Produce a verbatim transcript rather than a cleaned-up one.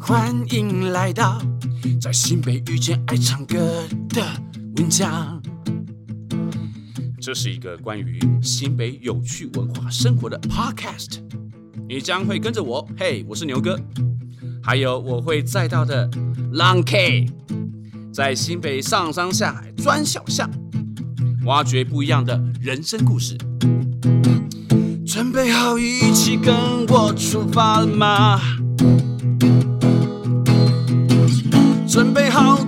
欢迎来到在新北遇见爱唱歌的文强。这是一个关于新北有趣文化生活的 podcast， 你将会跟着我，嘿，我是牛哥，还有我会载到的浪 K， 在新北上山下海钻小巷，挖掘不一样的人生故事。准备好一起跟我出发了吗？准备好